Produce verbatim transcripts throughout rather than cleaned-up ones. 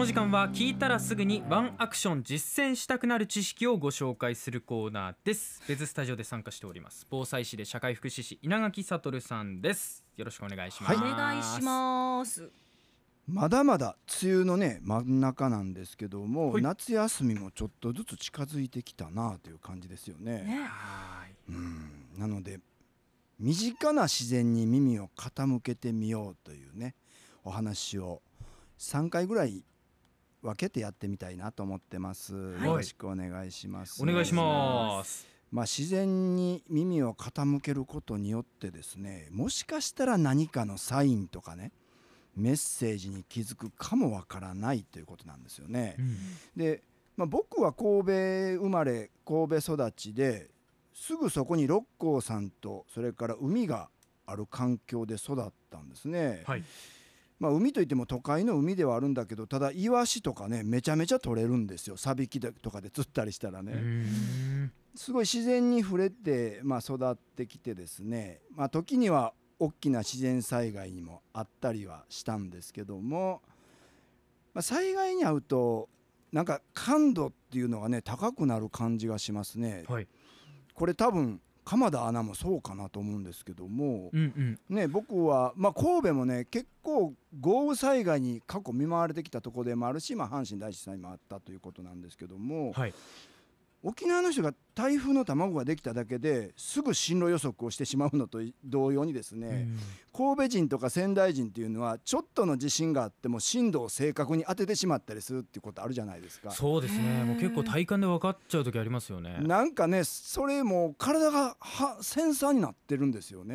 の時間は聞いたらすぐにワンアクション実践したくなる知識をご紹介するコーナーです。別スタジオで参加しております防災士で社会福祉士稲垣悟さんです。よろしくお願いします。 はい、お願いします。 まだまだ梅雨のね真ん中なんですけども、 はい、 夏休みもちょっとずつ近づいてきたなという感じですよね。 ね、 はい、 うんなので身近な自然に耳を傾けてみようというねお話をさんかいぐらい分けてやってみたいなと思ってます、 はい、 よろしくお願いします。 お願いします。 まあ、自然に耳を傾けることによってですね、もしかしたら何かのサインとかねメッセージに気づくかもわからないということなんですよね。 うん、 で、まあ、僕は神戸生まれ神戸育ちですぐそこに六甲山とそれから海がある環境で育ったんですね。 はい、 まあ、海といっても都会の海ではあるんだけど、ただイワシとかねめちゃめちゃ取れるんですよ。サビキとかで釣ったりしたらね、 うーん、 すごい自然に触れて、まあ、育ってきてですね、まあ、時には大きな自然災害にもあったりはしたんですけども、まあ、災害に遭うとなんか感度っていうのがね高くなる感じがしますね。 はい、 これ多分鎌田アナもそうかなと思うんですけども、 うんうん、 ね、僕は、まあ、神戸もね結構豪雨災害に過去見舞われてきたところでもあるし、まあ、阪神大震災もあったということなんですけども、 はい、 沖縄の人が台風の卵ができただけですぐ進路予測をしてしまうのと同様にですね、 うん、 神戸人とか仙台人っていうのはちょっとの地震があっても震度を正確に当ててしまったりするっていうことあるじゃないですか。 そうですね。もう結構体感で分かっちゃう時ありますよね。 なんかねそれも体がはセンサーになってるんですよね。 うん、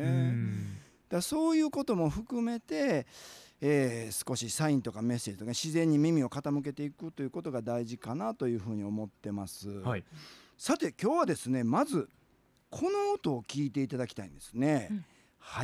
だからそういうことも含めて、えー少しサインとかメッセージとか自然に耳を傾けていくということが大事かなというふうに思ってます。 はい、 さて今日はですねまずこの音を聞いていただきたいんですね、 うん、 はい。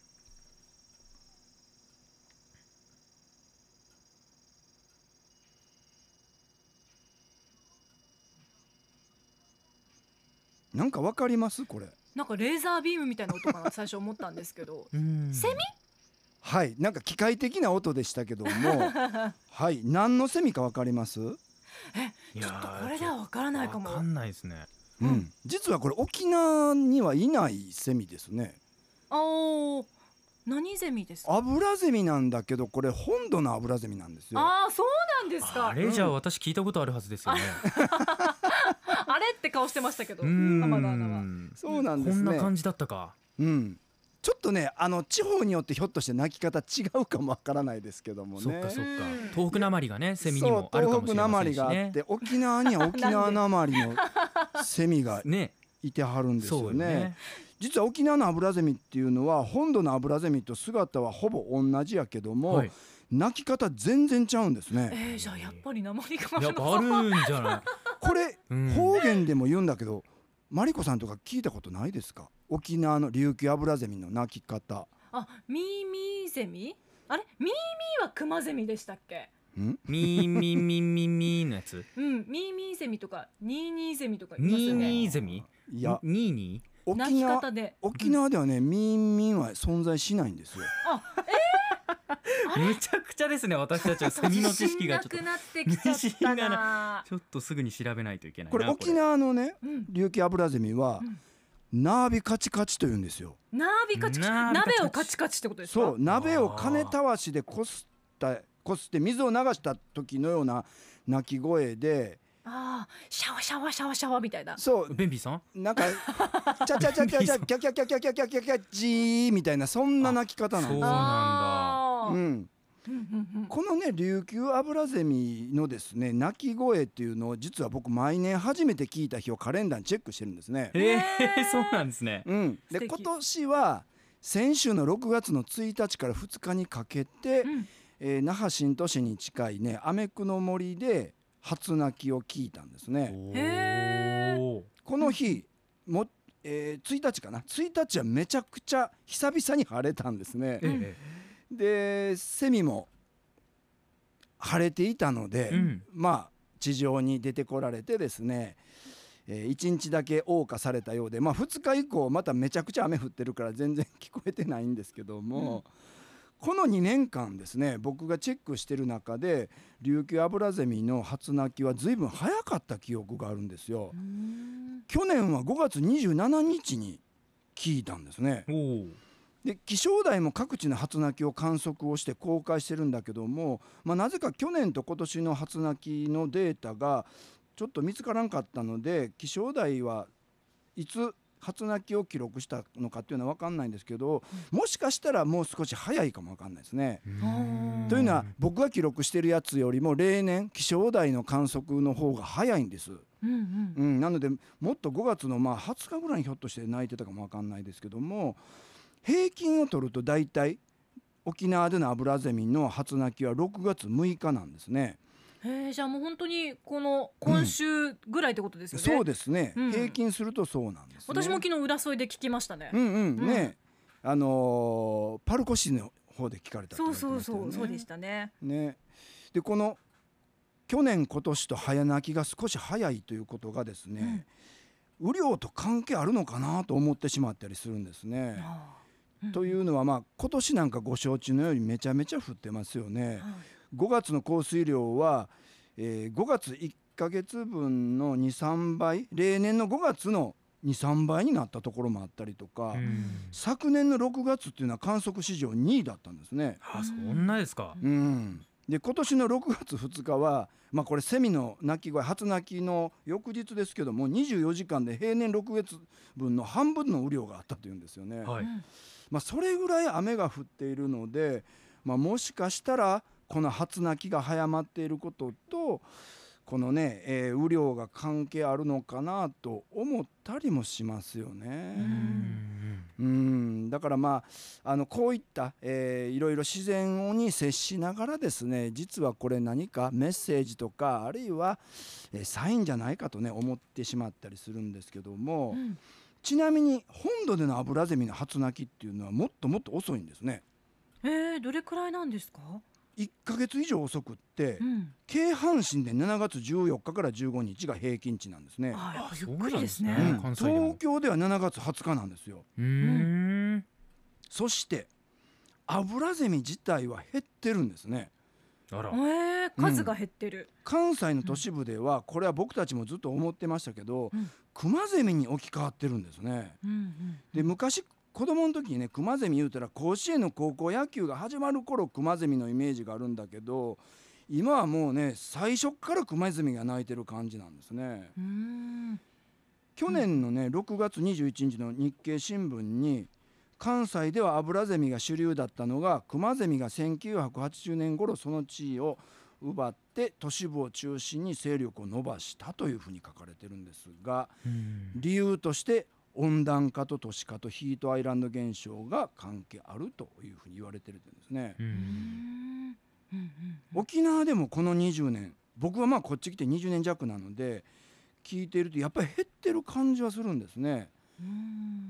なんかわかりますこれ？ なんかレーザービームみたいな音かな最初思ったんですけどうん、 セミ？ はい、なんか機械的な音でしたけどもはい何のセミかわかります？ え、ちょっとこれではわからないかも。 分かんないですね。 うん、実はこれ沖縄にはいないセミですね。 あー、何ゼミですか？ アブラゼミなんだけどこれ本土のアブラゼミなんですよ。 あー、そうなんですか。 あれじゃあ私聞いたことあるはずですよね。 あれって顔してましたけどうーん、 浜田アナは。 そうなんですね。 こんな感じだったか。 うん、ちょっとねあの地方によってひょっとして鳴き方違うかもわからないですけどもね。 そっかそっかうん。 東北なまりがねセミにもあるかもしれませんしそう東北なまりがあっね。 て沖縄には沖縄なまりのセミがね、 いてはるんですそうよね。 よね。 実は沖縄のアブラゼミっていうのは本土のアブラゼミと姿はほぼ同じやけども、 はい、 鳴き方全然ちゃうんですね。 えー、じゃあやっぱり鉛がやっぱあるんじゃない。 これうん方言でも言うんだけどマリコさんとか聞いたことないですか？沖縄の琉球アブラゼミの鳴き方。 あ、ミーミーゼミ？あれミーミーはクマゼミでしたっけ？ んミーミーミーミーミーのやつ。 うん、ミーミーゼミとかニーニーゼミとかいますニーよね。 ニーゼミ。 いやニーニ沖鳴き縄方で。 沖縄ではね、ミンミンは存在しないんですよ。 あ、 ー。むちゃくちゃですね。私たちはセミの知識がちょっと自信なくなってきちゃっ自た信がな。 ちょっとすぐに調べないといけないな。 これ沖縄のねうん、 琉球アブラゼミはうんナービカチカチと言うんですよ。 ナービカチカチ、 ナービカチカチ鍋をカチカチってことですか？ そう、鍋を金たわしでこすったこすって水を流した時のような鳴き声で、 ああ、シャワシャワシャワシャワみたいな。 そうベンビーさん。 なんかチャチャチャチャチャキャキャキャキャキャキャキャキャジーみたいなそんな鳴き方なんです。 そうなんだ。 あーうん、 うんうんうん。 このね琉球アブラゼミのですね鳴き声っていうのを実は僕毎年初めて聞いた日をカレンダーにチェックしてるんですね。 えー、そうなんですね。 うん、 素敵で今年は先週のろくがつのついたちからふつかにかけて、 うんえー那覇新都市に近いねアメクの森で初鳴きを聞いたんですね。 へーおー。 この日も、えーついたちかなついたちはめちゃくちゃ久々に晴れたんですね。 えでセミも晴れていたので、 うんまあ地上に出てこられてですね、えー、いちにちだけ謳歌されたようで、まあ、ふつか以降まためちゃくちゃ雨降ってるから全然聞こえてないんですけども、 このにねんかんですね、僕がチェックしてる中で琉球アブラゼミの初鳴きは随分早かった記憶があるんですよ。去年はごがつにじゅうしちにちに聞いたんですね。 おで気象台も各地の初鳴きを観測をして公開してるんだけども、まあ、なぜか去年と今年の初鳴きのデータがちょっと見つからんかったので、気象台はいつ初鳴きを記録したのかっていうのは分かんないんですけど、うん、もしかしたらもう少し早いかも分かんないですね。というのは僕が記録してるやつよりも例年気象台の観測の方が早いんです。うんうんうん、なのでもっとごがつのまあはつかぐらいにひょっとして鳴いてたかも分かんないですけども、平均を取るとだいたい沖縄でのアブラゼミの初鳴きはろくがつむいかなんですね。 へえ、じゃあもう本当にこの今週ぐらいってことですよね。 うん、そうですね、うん、平均するとそうなんですね。 私も昨日浦添で聞きましたね。 うんうんね、うん、あのー、パルコ市の方で聞かれたって言われてましたよね。 そうそうそうそうでしたね。 ねでこの去年今年と早鳴きが少し早いということがですね、うん、雨量と関係あるのかなと思ってしまったりするんですね。うん、というのはまあ今年なんかご承知のようにめちゃめちゃ降ってますよね。はい、ごがつの降水量は、えー、ごがついっかげつぶんのにさんばい、例年のごがつのにさんばいになったところもあったりとか、うん、昨年のろくがつっていうのは観測史上にいだったんですね。 あ、そんなですか。 うん、で今年のろくがつふつかは、まあ、これセミの鳴き声初鳴きの翌日ですけどもにじゅうよじかんで平年ろくがつぶんの半分の雨量があったというんですよね。はい、まあ、それぐらい雨が降っているので、まあ、もしかしたらこの初鳴きが早まっていることとこのね、えー、雨量が関係あるのかなと思ったりもしますよね。うん、うんだからまあ、あのこういった、えー、いろいろ自然に接しながらですね、実はこれ何かメッセージとかあるいは、えー、サインじゃないかとね思ってしまったりするんですけども、うん、ちなみに本土でのアブラゼミの初鳴きっていうのはもっともっと遅いんですね。 えー、どれくらいなんですか？ いっかげついじょう遅くって、うん、京阪神でしちがつじゅうよっかからじゅうごにちが平均値なんですね。 ああ、ゆっくりですね。 うん、東京ではしちがつはつかなんですよ。うーん、そしてアブラゼミ自体は減ってるんですね。 あら、えー、数が減ってる、うん、 関西の都市部ではこれは僕たちもずっと思ってましたけど、うん、クマゼミに置き換わってるんですね。うんうん、で昔子供の時にねクマゼミ言うたら甲子園の高校野球が始まる頃クマゼミのイメージがあるんだけど、今はもうね最初からクマゼミが鳴いてる感じなんですね。うーん、去年のねろくがつにじゅういちにちの日経新聞に関西ではアブラゼミが主流だったのがクマゼミがせんきゅうひゃくはちじゅうねん頃その地位を奪って都市部を中心に勢力を伸ばしたというふうに書かれてるんですが、理由として温暖化と都市化とヒートアイランド現象が関係あるというふうに言われてるんですね。うん、沖縄でもこのにじゅうねん、僕はまあこっち来てにじゅうねんじゃくなので聞いているとやっぱり減ってる感じはするんですね。うん、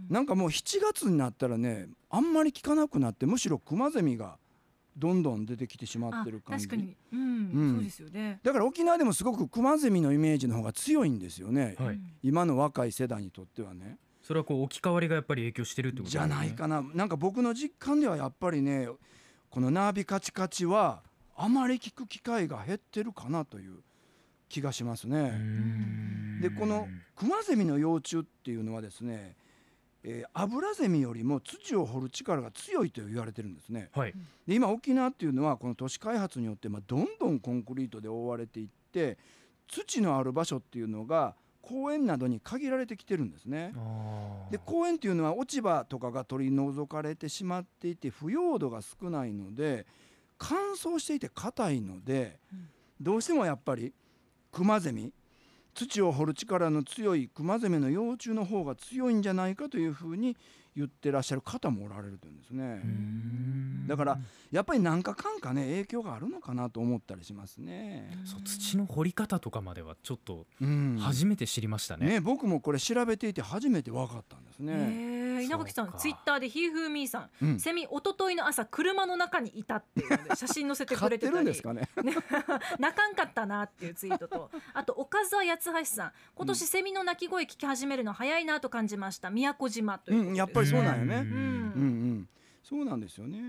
なんかもうしちがつになったらねあんまり聞かなくなって、むしろクマゼミがどんどん出てきてしまってる感じ。 確かに、うんうん、そうですよね。 だから沖縄でもすごくクマゼミのイメージの方が強いんですよね、はい、今の若い世代にとってはね。 それはこう置き換わりがやっぱり影響してるってことですね。 じゃないかな。なんか僕の実感ではやっぱりねこのナービカチカチはあまり聞く機会が減ってるかなという気がしますね。でこのクマゼミの幼虫っていうのはですね、えー、アブラゼミよりも土を掘る力が強いと言われてるんですね。はい、で今沖縄っていうのはこの都市開発によってまあどんどんコンクリートで覆われていって土のある場所っていうのが公園などに限られてきてるんですね。で公園っていうのは落ち葉とかが取り除かれてしまっていて腐葉土が少ないので乾燥していて硬いので、うん、どうしてもやっぱりクマゼミ、土を掘る力の強いクマゼミの幼虫の方が強いんじゃないかというふうに言ってらっしゃる方もおられるというんですね。うーん、だからやっぱり何かかんかね影響があるのかなと思ったりしますね。 そう、土の掘り方とかまではちょっと初めて知りましたね。 ね、僕もこれ調べていて初めて分かったんですね。 稲垣さんツイッターでひーふーみーさん、うん、セミおとといの朝車の中にいたっていうので写真載せてくれてたり買ってるんですかね泣かんかったなっていうツイートと、あと岡澤八橋さん、今年セミの鳴き声聞き始めるの早いなと感じました、宮古島ということで、 うん、やっぱりそうなんよね。うんうんうん、そうなんですよね。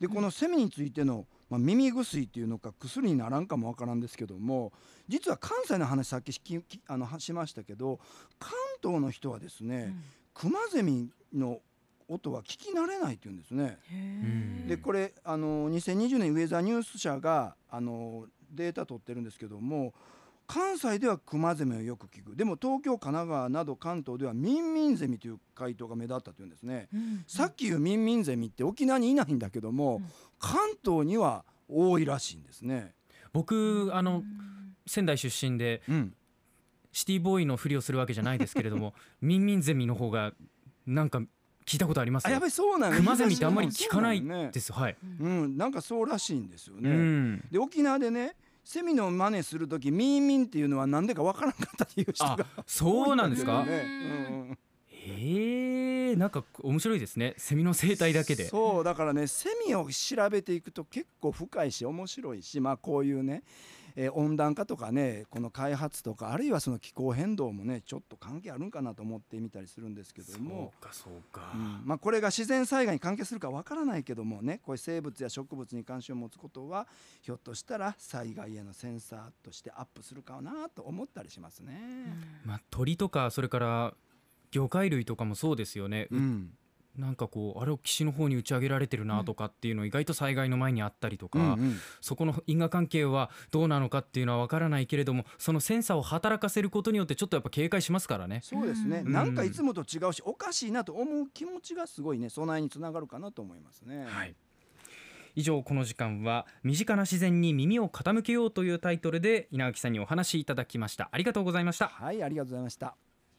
でこのセミについての、まあ、耳薬っていうのか薬にならんかもわからんですけども、実は関西の話さっきしききあのしましたけど、関東の人はですね、うん、クマゼミの音は聞き慣れないっていうんですね。 へー。 でこれあのにせんにじゅうねんウェザーニュース社があのデータ取ってるんですけども、関西ではクマゼミをよく聞く。でも東京神奈川など関東ではミンミンゼミという回答が目立ったというんですね、うんうん、さっき言うミンミンゼミって沖縄にいないんだけども、うん、関東には多いらしいんですね。 僕あの仙台出身で、うん、シティボーイのふりをするわけじゃないですけれどもミンミンゼミの方がなんか聞いたことありますよ。 あ、やっぱりそうなんね。 クマゼミってあんまり聞かないです、ね、はい、 うん、なんかそうらしいんですよね、 うん、 で沖縄でねセミの真似するときミンミンっていうのはなんでかわからなかったっていう人がそうなんですか、 ね、うん、 へえ、なんか面白いですね、セミの生態だけで。 そうだからね、セミを調べていくと結構深いし面白いし、まあこういうね、えー、温暖化とかね、この開発とかあるいはその気候変動もねちょっと関係あるんかなと思ってみたりするんですけども、 そうかそうか、 うん、まあこれが自然災害に関係するかわからないけどもね、こういう生物や植物に関心を持つことはひょっとしたら災害へのセンサーとしてアップするかなと思ったりしますね、 うん、まあ鳥とかそれから魚介類とかもそうですよね、うん、なんかこうあれを岸の方に打ち上げられてるなとかっていうの意外と災害の前にあったりとか、うんうん、そこの因果関係はどうなのかっていうのは分からないけれども、そのセンサーを働かせることによってちょっとやっぱ警戒しますからね。 そうですね、うん、なんかいつもと違うしおかしいなと思う気持ちがすごいね備えにつながるかなと思いますね、 はい、以上この時間は身近な自然に耳を傾けようというタイトルで稲垣さんにお話しいただきました。ありがとうございました。 はい、ありがとうございました。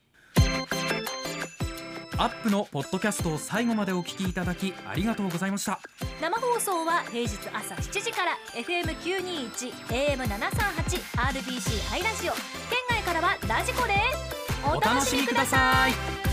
アップのポッドキャストを最後までお聞きいただきありがとうございました。 生放送は平日朝しちじから エフエムきゅうにいち エーエムななさんはち アールビーシー ハイラジオ、県外からはラジコです。 お楽しみください。